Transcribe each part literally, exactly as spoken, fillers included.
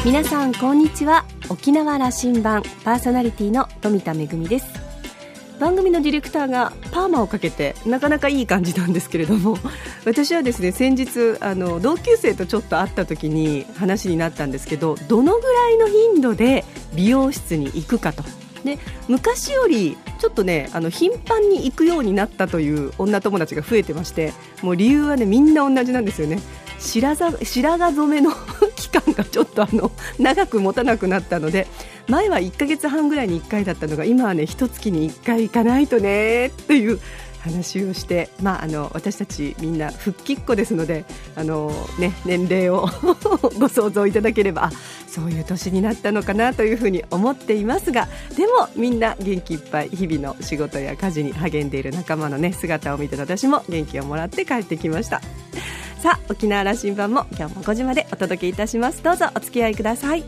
皆さんこんにちは。沖縄羅針盤パーソナリティの富田恵です。番組のディレクターがパーマをかけてなかなかいい感じなんですけれども、私はですね先日あの同級生とちょっと会った時に話になったんですけど、どのぐらいの頻度で美容室に行くかと。で昔よりちょっとねあの頻繁に行くようになったという女友達が増えてまして、もう理由はねみんな同じなんですよね。白髪、白髪染めの期間がちょっとあの長く持たなくなったので、前はいっかげつはんぐらいにいっかいだったのが今はねいっかげつにいっかい行かないとねっていう話をして、まあ、あの私たちみんな復帰っ子ですのであの、ね、年齢をご想像いただければ、あそういう年になったのかなというふうに思っていますが、でもみんな元気いっぱい日々の仕事や家事に励んでいる仲間の、ね、姿を見て私も元気をもらって帰ってきました。さあ沖縄羅針盤も今日もごじまでお届けいたします。どうぞお付き合いください。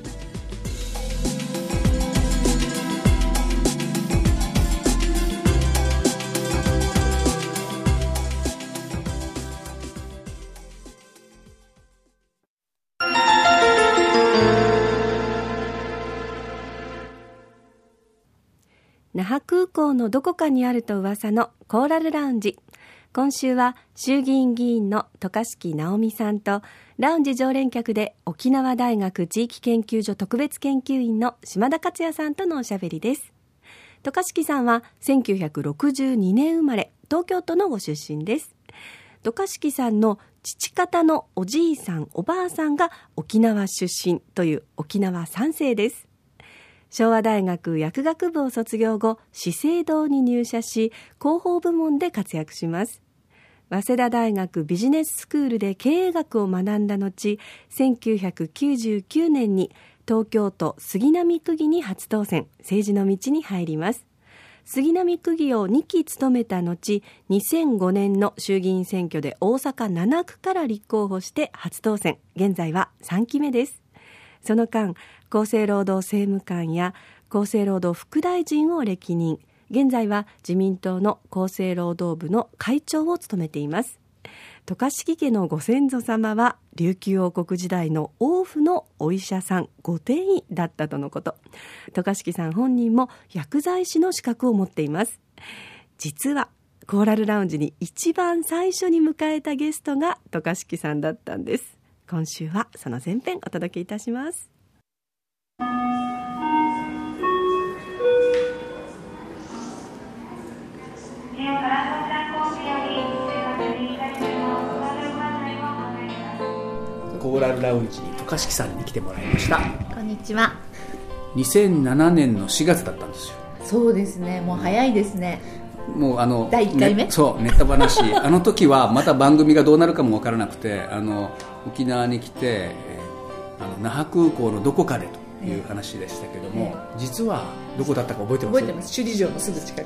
那覇空港のどこかにあると噂のコーラルラウンジ。今週は衆議院議員の渡嘉敷直美さんとラウンジ常連客で沖縄大学地域研究所特別研究員の島田克也さんとのおしゃべりです。渡嘉敷さんはせんきゅうひゃくろくじゅうにねん生まれ、東京都のご出身です。渡嘉敷さんの父方のおじいさんおばあさんが沖縄出身という沖縄三世です。昭和大学薬学部を卒業後、資生堂に入社し、広報部門で活躍します。早稲田大学ビジネススクールで経営学を学んだ後、せんきゅうひゃくきゅうじゅうきゅうねんに東京都杉並区議に初当選、政治の道に入ります。杉並区議をにき務めた後、にせんごねんの衆議院選挙で大阪ななくから立候補して初当選、現在はさんきめです。その間、厚生労働政務官や厚生労働副大臣を歴任、現在は自民党の厚生労働部の会長を務めています。渡嘉敷家のご先祖様は琉球王国時代の王府のお医者さんご典医だったとのこと。渡嘉敷さん本人も薬剤師の資格を持っています。実はコーラルラウンジに一番最初に迎えたゲストが渡嘉敷さんだったんです。今週はその前編お届けいたします。 コーラルラウンジに渡嘉敷さんに来てもらいました。 こんにちは。 にせんななねんのしがつだったんですよ。 そうですね、もう早いですね。 もうあのだいいっかいめ、 ね、そうネタ話あの時はまた番組がどうなるかも分からなくて、あの沖縄に来て、えー、あの那覇空港のどこかでという話でしたけども、えー、実はどこだったか覚えてます？ 覚えてます。首里城のすぐ近く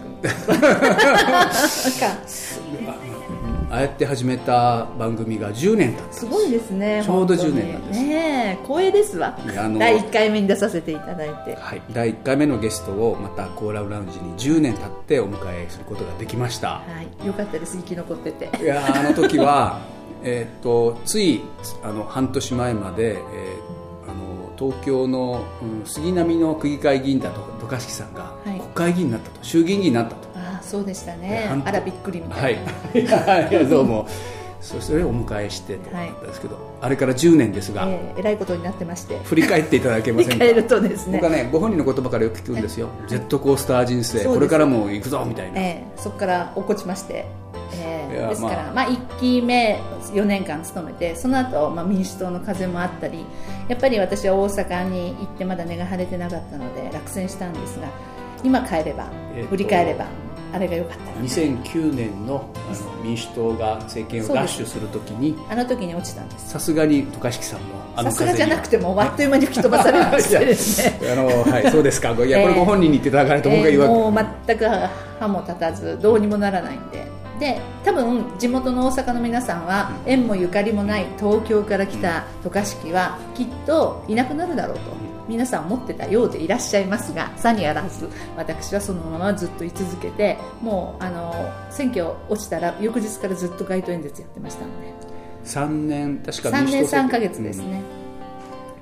ああやって始めた番組がじゅうねん経ったんです。 すごいですね。 ちょうどじゅうねんなんです、 ね、光栄ですわ。だいいっかいめに出させていただいて、 はい、だいいっかいめのゲストをまたコーラルラウンジにじゅうねん経ってお迎えすることができました。はい、よかったです。生き残ってて。 いやあの時はえっとついあの半年前まで、えー、あの東京の、うん、杉並の区議会議員だと渡嘉敷さんが国会議員になったと、はい、衆議院議員になったと。 ああそうでしたね。あらびっくりみたいな、 はい、いやどうもそれをお迎えしてとなったんですけど、はい、あれからじゅうねんですが、 えー、えらいことになってまして、 振り返っていただけませんか？ 振り返るとですね、 僕はねご本人の言葉からよく聞くんですよ。ジェットコースター人生、これからも行くぞみたいな、 えー、そこから落っこちまして、えー、ですから、 まあまあ、いっきめよねんかん勤めて、その後、まあ民主党の風もあったり、やっぱり私は大阪に行ってまだ根が晴れてなかったので落選したんですが、今帰れば、えー、振り返ればあれが良かったな。 にせんきゅうねん の, あの民主党が政権を奪取するときに、 あの時に落ちたんです。 さすがに渡嘉敷さんもあのさすがじゃなくてもあっという間に吹き飛ばされましてですねあの、はい、そうですか。いや、これご本人に言っていただかないと僕が言うわけ、 えー、もう全く歯も立たずどうにもならないんで、で多分地元の大阪の皆さんは縁もゆかりもない東京から来た渡嘉敷はきっといなくなるだろうと皆さん思ってたようでいらっしゃいますが、さにあらず私はそのままずっと居続けて、もうあの選挙落ちたら翌日からずっと街頭演説やってましたので、 さんねん確かさんねんさんかげつですね、うん、え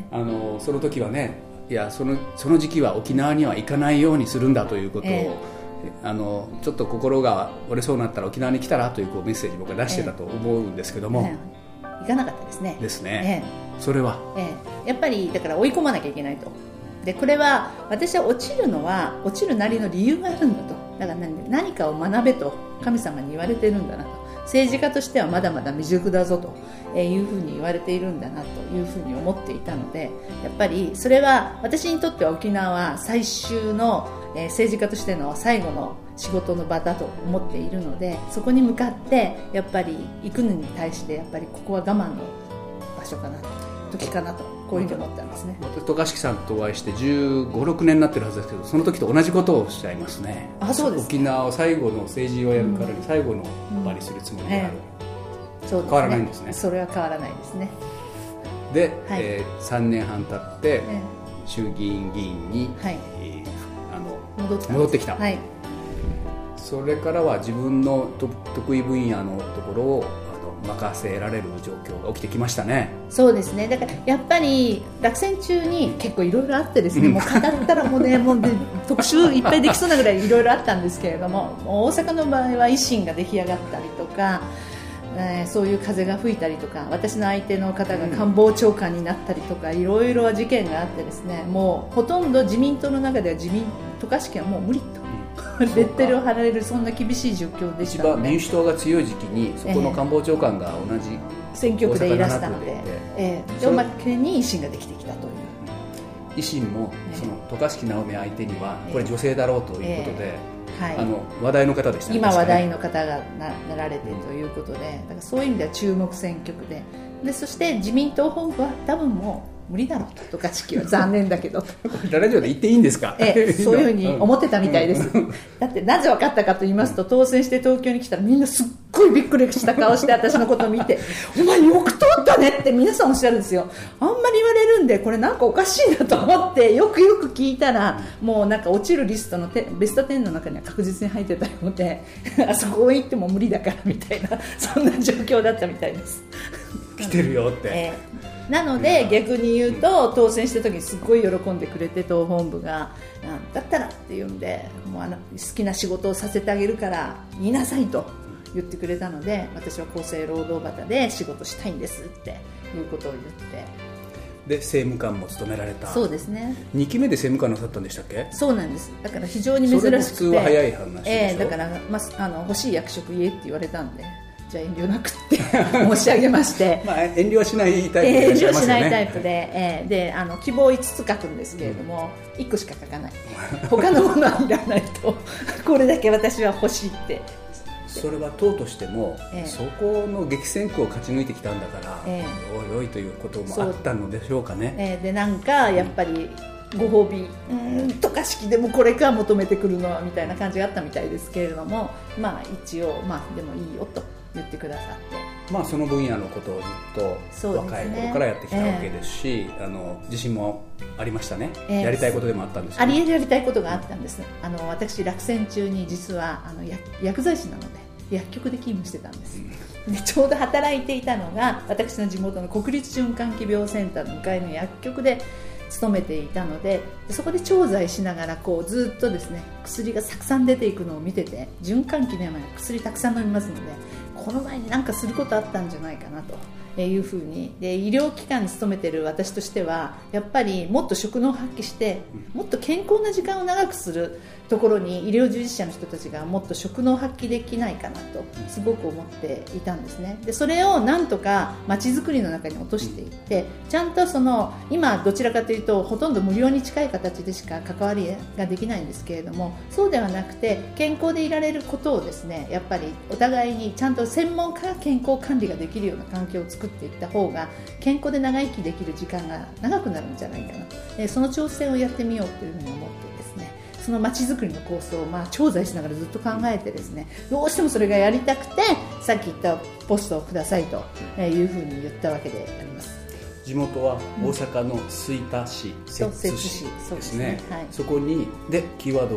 あのその時はね、いや その、その時期は沖縄には行かないようにするんだということを、えー、あのちょっと心が折れそうになったら沖縄に来たらという、こうメッセージ僕は出してたと思うんですけども、えー、行かなかったですね。 ですね、えー、それは、 えー、やっぱりだから追い込まなきゃいけないと。でこれは私は落ちるのは落ちるなりの理由があるんだと。だから何、何かを学べと神様に言われてるんだなと。政治家としてはまだまだ未熟だぞというふうに言われているんだなというふうに思っていたので、やっぱりそれは私にとっては沖縄は最終の政治家としての最後の仕事の場だと思っているので、そこに向かってやっぱり行くのに対してやっぱりここは我慢の場所かなと、時かなと、こういうふうに思ったんですね。 渡嘉敷さんとお会いしてじゅうご、ろくねんになってるはずですけど、その時と同じことをおっしゃいますね。 あ、そうです。 沖縄を最後の政治をやるからに最後の場にするつもりである、 うんうん、ええ、 変わらないんですね。 それは変わらないですね。 で、はい、えー、さんねんはん経って、ええ、衆議院議員に、はい、えー、あの 戻, 戻ってきた、はい、それからは自分の得意分野のところを任せられる状況が起きてきましたね。 そうですね。だからやっぱり落選中に結構いろいろあってですね、もう語ったらもうね、もう特集いっぱいできそうなぐらいいろいろあったんですけれども、大阪の場合は維新が出来上がったりとか、えー、そういう風が吹いたりとか、私の相手の方が官房長官になったりとか、いろいろ事件があってですね、もうほとんど自民党の中では自民渡嘉敷はもう無理とレッテルを貼られる、そんな厳しい状況でしたので、 一番民主党が強い時期にそこの官房長官が同じ、 えー、選挙区でいらしたので、えー、でおまけに維新ができてきたという。 維新もその渡嘉敷直美相手にはこれ女性だろうということで、えーはい、あの話題の方でしたね。 今話題の方が な, なられてということで、だからそういう意味では注目選挙区で、でそして自民党本部は多分もう無理だろうと、渡嘉敷は残念だけどラジオで言っていいんですか。 ええ、そういうふうに思ってたみたいです、うん、だってなぜ分かったかと言いますと、当選して東京に来たらみんなすっごいびっくりした顔して私のことを見てお前よく通ったねって皆さんおっしゃるんですよ。あんまり言われるんでこれなんかおかしいなと思ってよくよく聞いたら、もうなんか落ちるリストのベストじゅうの中には確実に入ってたのであそこへ行っても無理だからみたいな、そんな状況だったみたいです来てるよって、 えー、なので逆に言うと、当選した時にすごい喜んでくれて、党本部がだったらっていうんで、もうあの好きな仕事をさせてあげるから言いなさいと言ってくれたので、私は厚生労働旗で仕事したいんですっていうことを言って、 で政務官も務められた。 そうですね。 にきめで政務官なさったんでしたっけ。 そうなんです。だから非常に珍しくて、 それも普通は早い話でしょ、 えー、だから、まあ、あの欲しい役職言えって言われたんで、じゃあ遠慮なくって申し上げましてまあ遠慮はしないタイプでいらっしゃいますよね。遠慮しないタイプで、 えー、であの希望いつつ書くんですけれども、うん、いっこしか書かない他のものはいらないとこれだけ私は欲しいって。 それは党としても、えー、そこの激戦区を勝ち抜いてきたんだから、えー、おいおいということもあったのでしょうかね。 えー、でなんかやっぱりご褒美、うん渡嘉敷でもこれか求めてくるのはみたいな感じがあったみたいですけれども、まあ一応、まあ、でもいいよと言ってくださって、 まあ、その分野のことをずっと若い頃からやってきたわけですし、えー、あの自信もありましたね、えー、やりたいことでもあったんですよね。 ありやりたいことがあったんですね。あの私落選中に実はあの薬剤師なので薬局で勤務してたんです、うん、でちょうど働いていたのが私の地元の国立循環器病センターの向かいの薬局で勤めていたので、そこで調剤しながらこうずっとですね薬がたくさん出ていくのを見てて、循環器の病は薬たくさん飲みますので、この前に何かすることあったんじゃないかなというふうに、で医療機関に勤めている私としてはやっぱりもっと職能を発揮してもっと健康な時間を長くするところに医療従事者の人たちがもっと職能を発揮できないかなとすごく思っていたんですね。でそれをなんとか街づくりの中に落としていって、ちゃんとその今どちらかというとほとんど無料に近い形でしか関わりができないんですけれども、そうではなくて健康でいられることをですね、やっぱりお互いにちゃんと専門家が健康管理ができるような環境を作っていった方が健康で長生きできる時間が長くなるんじゃないかなと、えその挑戦をやってみようというふうに思ってですね、その街づくりの構想をまあ調査しながらずっと考えてですね、どうしてもそれがやりたくてさっき言ったポストをくださいというふうに言ったわけであります。 地元は大阪の吹田市、摂津市ですね。 はい、 そこにでキーワードは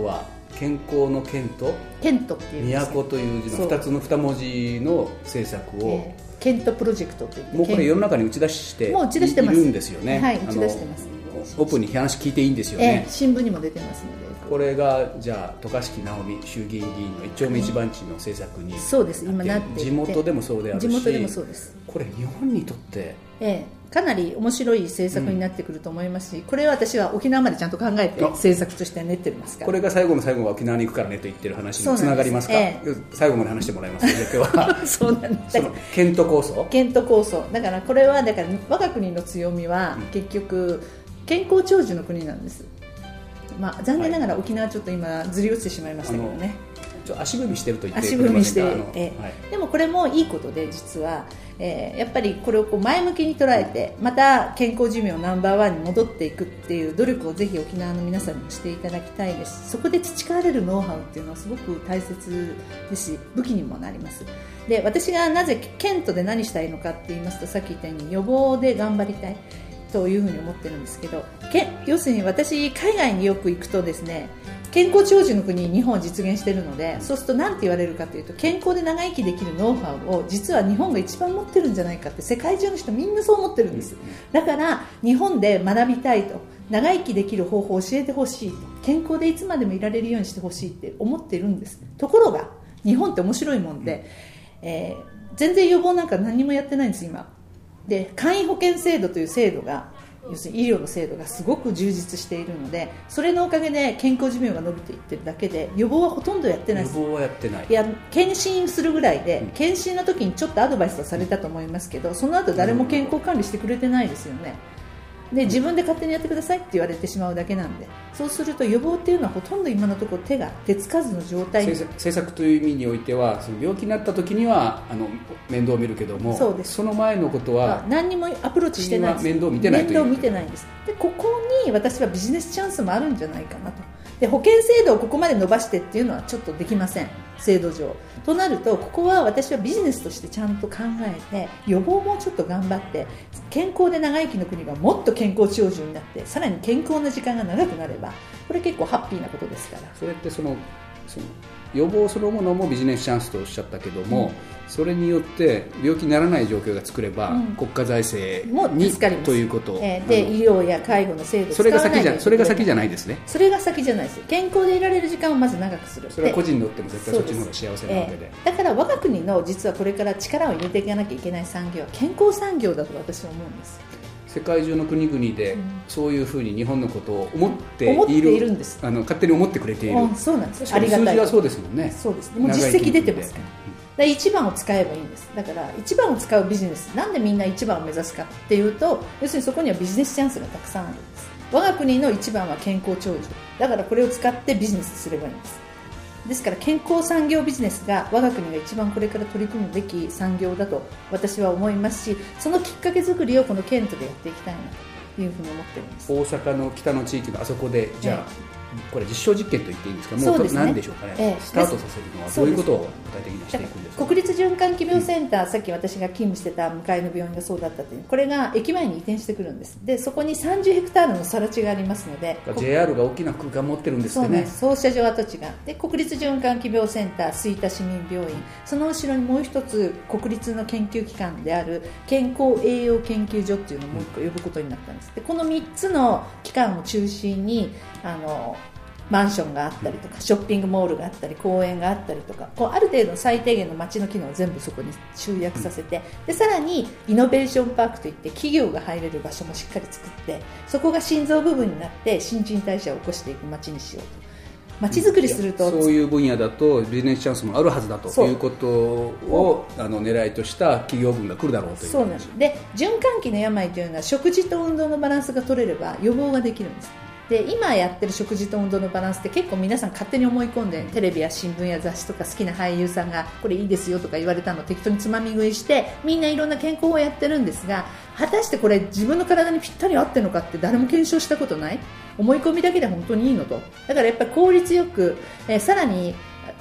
健康の健とケントっていう都という字のふたつのに文字の政策を、 えーケントプロジェクトといってもうこれ世の中に打ち出してもう打ち出してますいるんですよね。 はい、打ち出してます。 オープンに話聞いていいんですよね、 えー、新聞にも出てますので、 これがじゃあ渡嘉敷直美衆議院議員の一丁目一番地の政策に、 そうです、今なっていて、 地元でもそうであるし、 地元でもそうです。 これ日本にとって、 えーかなり面白い政策になってくると思いますし、うん、これは私は沖縄までちゃんと考えて政策として練ってますから、 これが最後の最後は沖縄に行くからねと言ってる話につながりますか。ええ、最後まで話してもらいますので今日はそうなんです。 そのケント構想ケント構想だから、これはだから我が国の強みは結局健康長寿の国なんです。まあ、残念ながら沖縄はちょっと今ずり落ちてしまいましたけどね、ちょっと足踏みしてると言って足踏みして、 えはい、でもこれもいいことで、実は、えー、やっぱりこれをこう前向きに捉えて、また健康寿命ナンバーワンに戻っていくっていう努力をぜひ沖縄の皆さんにもしていただきたいです。そこで培われるノウハウっていうのはすごく大切ですし、武器にもなります。で、私がなぜケントで何したいのかって言いますと、さっき言ったように予防で頑張りたいというふうに思ってるんですけど、け要するに私海外によく行くとですね、健康長寿の国に日本を実現しているので、そうすると何て言われるかというと、健康で長生きできるノウハウを実は日本が一番持ってるんじゃないかって、世界中の人みんなそう思ってるんです。だから日本で学びたいと、長生きできる方法を教えてほしいと、健康でいつまでもいられるようにしてほしいって思っているんです。ところが日本って面白いもんで、えー、全然予防なんか何もやってないんです今で。簡易保険制度という制度が、要するに医療の制度がすごく充実しているので、それのおかげで健康寿命が伸びていってるだけで、予防はほとんどやってないです。 予防はやってない。 いや、検診するぐらいで、うん、検診の時にちょっとアドバイスはされたと思いますけど、その後誰も健康管理してくれてないですよね。で、自分で勝手にやってくださいって言われてしまうだけなんで、そうすると予防っていうのはほとんど今のところ手が手つかずの状態。 政策という意味においては、その病気になった時にはあの面倒を見るけども、 そうです。 その前のことは何にもアプローチしてないです。 面倒を見てないという。 面倒を見てないんです。で、ここに私はビジネスチャンスもあるんじゃないかなと。で、保険制度をここまで伸ばしてっていうのはちょっとできません、制度上。となると、ここは私はビジネスとしてちゃんと考えて、予防もちょっと頑張って、健康で長生きの国がもっと健康長寿になって、さらに健康な時間が長くなれば、これ結構ハッピーなことですから。 それってそのその予防そのものもビジネスチャンスとおっしゃったけども、うん、それによって病気にならない状況が作れば、うん、国家財政にということ、 えー、で医療や介護の制度を使わないそれが先じゃそれが先じゃないですね。 それが先じゃないです。健康でいられる時間をまず長くする。 それは個人にとっても絶対そっちの方が幸せなわけで、で、 えー、だから我が国の実はこれから力を入れていかなきゃいけない産業は健康産業だと私は思うんです。 世界中の国々でそういうふうに日本のことを思っている、 思っているんです。 あの勝手に思ってくれている、 うん、そうなんです。 ありがたい。数字はそうですもんね。 そうです。もう実績出てますから。だから一番を使えばいいんです。だから一番を使うビジネス、なんでみんな一番を目指すかっていうと、要するにそこにはビジネスチャンスがたくさんあるんです。我が国の一番は健康長寿だから、これを使ってビジネスすればいいんです。ですから健康産業ビジネスが我が国が一番これから取り組むべき産業だと私は思いますし、そのきっかけ作りをこの県都でやっていきたいなというふうに思っています。 大阪の北の地域のあそこでじゃあ、ええ、これ実証実験と言っていいんですか。もうそうですね、 何でしょうかね、ええ、スタートさせるのはどういうことを具体的にしていくんですか。 国立循環器病センター、うん、さっき私が勤務してた向かいの病院がそうだったという、これが駅前に移転してくるんです。でそこにさんじゅうヘクタールの更地がありますので、 ジェイアール が大きな空間を持ってるんですってね。 そうです。操車場跡地がで、国立循環器病センター、吹田市民病院、その後ろにもう一つ国立の研究機関である健康栄養研究所っていうのをもう一個呼ぶことになったんです。でこのみっつの機関を中心にあのマンションがあったりとか、ショッピングモールがあったり、公園があったりとか、こうある程度最低限の街の機能を全部そこに集約させて、でさらにイノベーションパークといって企業が入れる場所もしっかり作って、そこが心臓部分になって新陳代謝を起こしていく街にしようと。街づくりすると、 そういう分野だとビジネスチャンスもあるはずだということをあの狙いとした企業群が来るだろうという。 そうなんです。で循環器の病というのは食事と運動のバランスが取れれば予防ができるんです。で今やってる食事と運動のバランスって結構皆さん勝手に思い込んで、テレビや新聞や雑誌とか好きな俳優さんがこれいいですよとか言われたのを適当につまみ食いして、みんないろんな健康をやってるんですが、果たしてこれ自分の体にぴったり合ってるのかって誰も検証したことない。思い込みだけで本当にいいのと。だからやっぱり効率よく、えー、さらに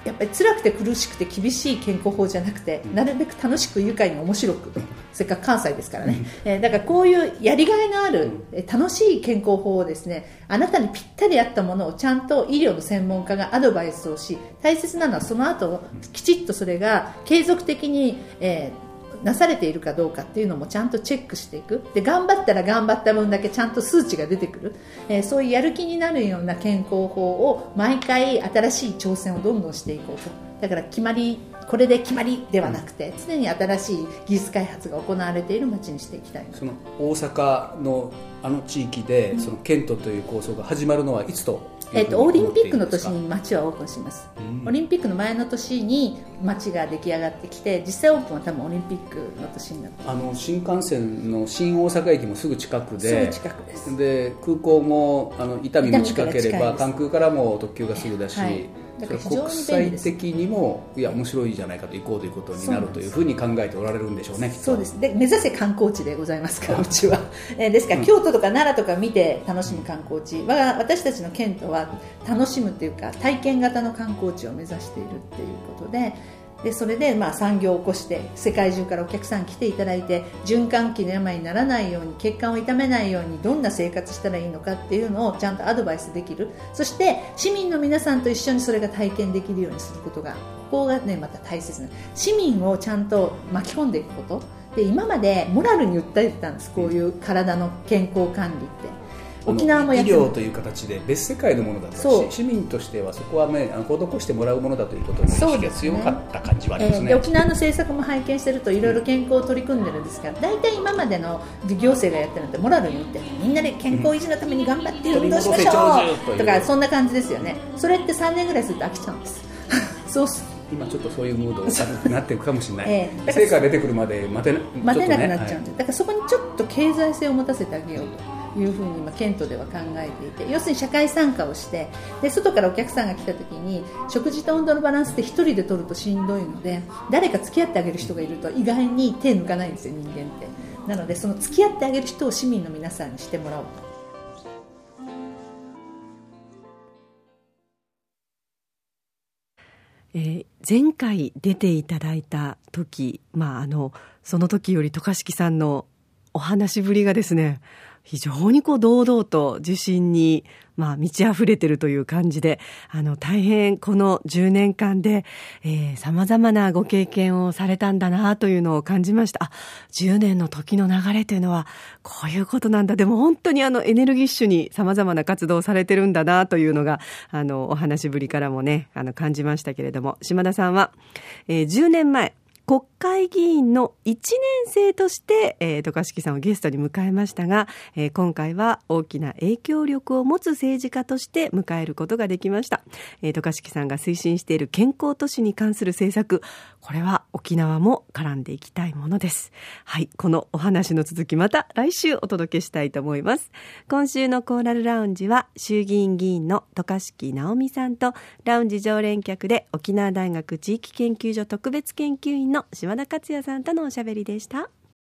やっぱり辛くて苦しくて厳しい健康法じゃなくて、なるべく楽しく愉快に面白く、せっかく関西ですからね、えー、だからこういうやりがいのある、えー、楽しい健康法をですね、あなたにぴったり合ったものをちゃんと医療の専門家がアドバイスをし、大切なのはその後きちっとそれが継続的に、えーなされているかどうかっていうのもちゃんとチェックしていく。で、頑張ったら頑張った分だけちゃんと数値が出てくる、えー、そういうやる気になるような健康法を毎回新しい挑戦をどんどんしていこうと。だから決まり、これで決まりではなくて、常に新しい技術開発が行われている街にしていきたい。 その大阪のあの地域で、うん、そのケントという構想が始まるのはいつとえー、とオリンピックの年に街はオープンします、うん、オリンピックの前の年に街が出来上がってきて、実際オープンは多分オリンピックの年になってます。 あの新幹線の新大阪駅もすぐ近くで、 すぐ近くです。 で空港もあの伊丹も近ければ関空からも特急がすぐだし、はい、だから非常に国際的にもいや面白いじゃないかと行こうということになるというふうに考えておられるんでしょうね。 そうです。で、目指せ観光地でございますからうちはえですから、うん、京都とか奈良とか見て楽しむ観光地は、私たちの県とは楽しむというか体験型の観光地を目指しているっていうことで、でそれでまあ産業を起こして世界中からお客さん来ていただいて、循環器の病にならないように、血管を痛めないようにどんな生活したらいいのかっていうのをちゃんとアドバイスできる。そして市民の皆さんと一緒にそれが体験できるようにすることが、ここがねまた大切な、市民をちゃんと巻き込んでいくことで、今までモラルに訴えてたんです。こういう体の健康管理って沖縄もやって医療という形で別世界のものだったし、市民としてはそこは、ね、施してもらうものだということの意識が強かった感じはありますね。 えー、で沖縄の政策も拝見しているといろいろ健康を取り組んでるんですが、大体今までの行政がやってるのってモラルに言ってみんなで健康維持のために頑張って運動しましょうとかそんな感じですよね。それってさんねんぐらいすると飽きちゃうんですそうす今ちょっとそういうムードになっていくかもしれない、えー、成果が出てくるまで待てな、 待てなくなっちゃうんで、はい、だからそこにちょっと経済性を持たせてあげようというふうに今県都では考えていて、要するに社会参加をして、で外からお客さんが来た時に食事と温度のバランスって一人で取るとしんどいので、誰か付き合ってあげる人がいると意外に手抜かないんですよ、人間って。なのでその付き合ってあげる人を市民の皆さんにしてもらおうと。 えー、前回出ていただいた時、まあ、あのその時より渡嘉敷さんのお話ぶりがですね、非常にこう堂々と自信に、まあ、満ち溢れているという感じで、あの大変このじゅうねんかんでさまざまなご経験をされたんだなというのを感じました。あ、じゅうねんの時の流れというのはこういうことなんだ。でも本当にあのエネルギッシュにさまざまな活動をされてるんだなというのが、あのお話ぶりからもね、あの感じましたけれども、島田さんは、えー、じゅうねんまえ国会議員のいちねん生として、えー、渡嘉敷さんをゲストに迎えましたが、えー、今回は大きな影響力を持つ政治家として迎えることができました。えー、渡嘉敷さんが推進している健康都市に関する政策、これは沖縄も絡んでいきたいものです。はい、このお話の続きまた来週お届けしたいと思います。今週のコーラルラウンジは衆議院議員の渡嘉敷直美さんと、ラウンジ常連客で沖縄大学地域研究所特別研究員の島田克也さんとのおしゃべりでした。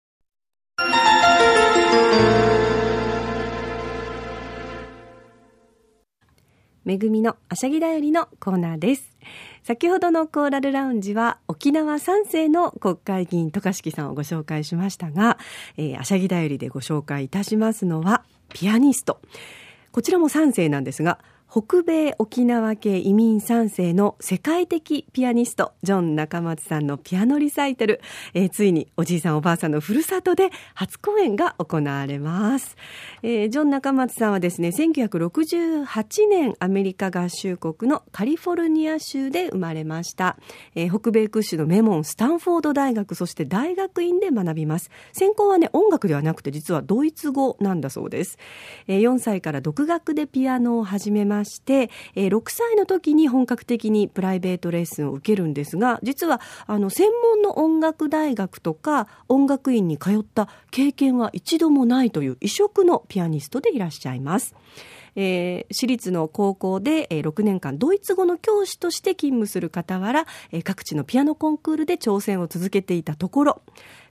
めぐみのあしゃぎだよりのコーナーです。先ほどのコーラルラウンジは沖縄さん世の国会議員渡嘉敷さんをご紹介しましたが、えー、あしゃぎだよりでご紹介いたしますのはピアニスト、こちらもさん世なんですが、北米沖縄系移民さん世の世界的ピアニストジョン中松さんのピアノリサイタル、えー、ついにおじいさんおばあさんのふるさとで初公演が行われます。えー、ジョン中松さんはですね、せんきゅうひゃくろくじゅうはちねんアメリカ合衆国のカリフォルニア州で生まれました。えー、北米屈指の名門スタンフォード大学、そして大学院で学びます。専攻はね、音楽ではなくて実はドイツ語なんだそうです。えー、よんさいから独学でピアノを始めまして、えー、ろくさいの時に本格的にプライベートレッスンを受けるんですが、実はあの専門の音楽大学とか音楽院に通った経験は一度もないという異色のピアニストでいらっしゃいます。えー、私立の高校で、えー、ろくねんかんドイツ語の教師として勤務する傍ら、えー、各地のピアノコンクールで挑戦を続けていたところ、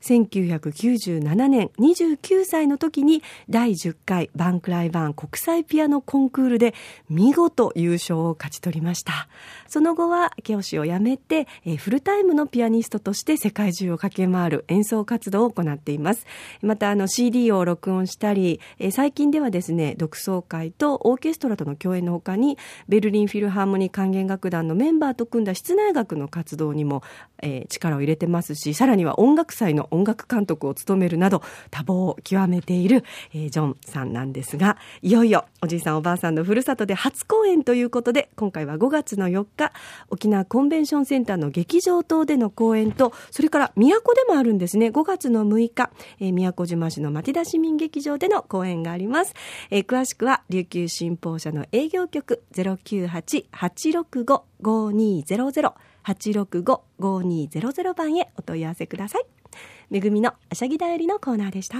せんきゅうひゃくきゅうじゅうななねんにじゅうきゅうさいの時にだいじゅっかいバンクライバーン国際ピアノコンクールで見事優勝を勝ち取りました。その後は教師を辞めてフルタイムのピアニストとして世界中を駆け回る演奏活動を行っています。またあの シーディー を録音したり、最近ではですね独奏会とオーケストラとの共演のほかにベルリンフィルハーモニー管弦楽団のメンバーと組んだ室内楽の活動にも、えー、力を入れてますし、さらには音楽祭の音楽監督を務めるなど多忙を極めている、えー、ジョンさんなんですが、いよいよおじいさんおばあさんのふるさとで初公演ということで、今回はごがつのよっか沖縄コンベンションセンターの劇場棟での公演と、それから宮古でもあるんですね。ごがつのむいか、えー、宮古島市の町田市民劇場での公演があります。えー、詳しくは琉球新報社の営業局 ゼロきゅうはち はちろくご ごにーゼロゼロ はちろくご ごにーゼロゼロ 番へお問い合わせください。めぐみのあしゃぎだよりのコーナーでした。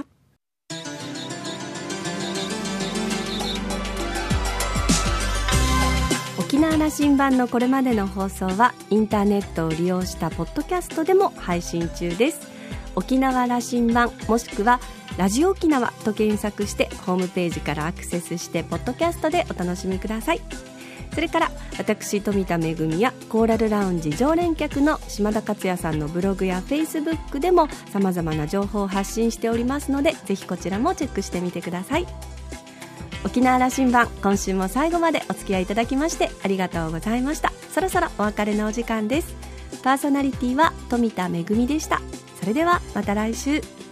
沖縄羅針盤のこれまでの放送はインターネットを利用したポッドキャストでも配信中です。沖縄羅針盤もしくはラジオ沖縄と検索してホームページからアクセスしてポッドキャストでお楽しみください。それから私富田恵やコーラルラウンジ常連客の島田克也さんのブログやフェイスブックでも様々な情報を発信しておりますので、ぜひこちらもチェックしてみてください。沖縄羅針盤、今週も最後までお付き合いいただきましてありがとうございました。そろそろお別れのお時間です。パーソナリティは富田恵でした。それではまた来週。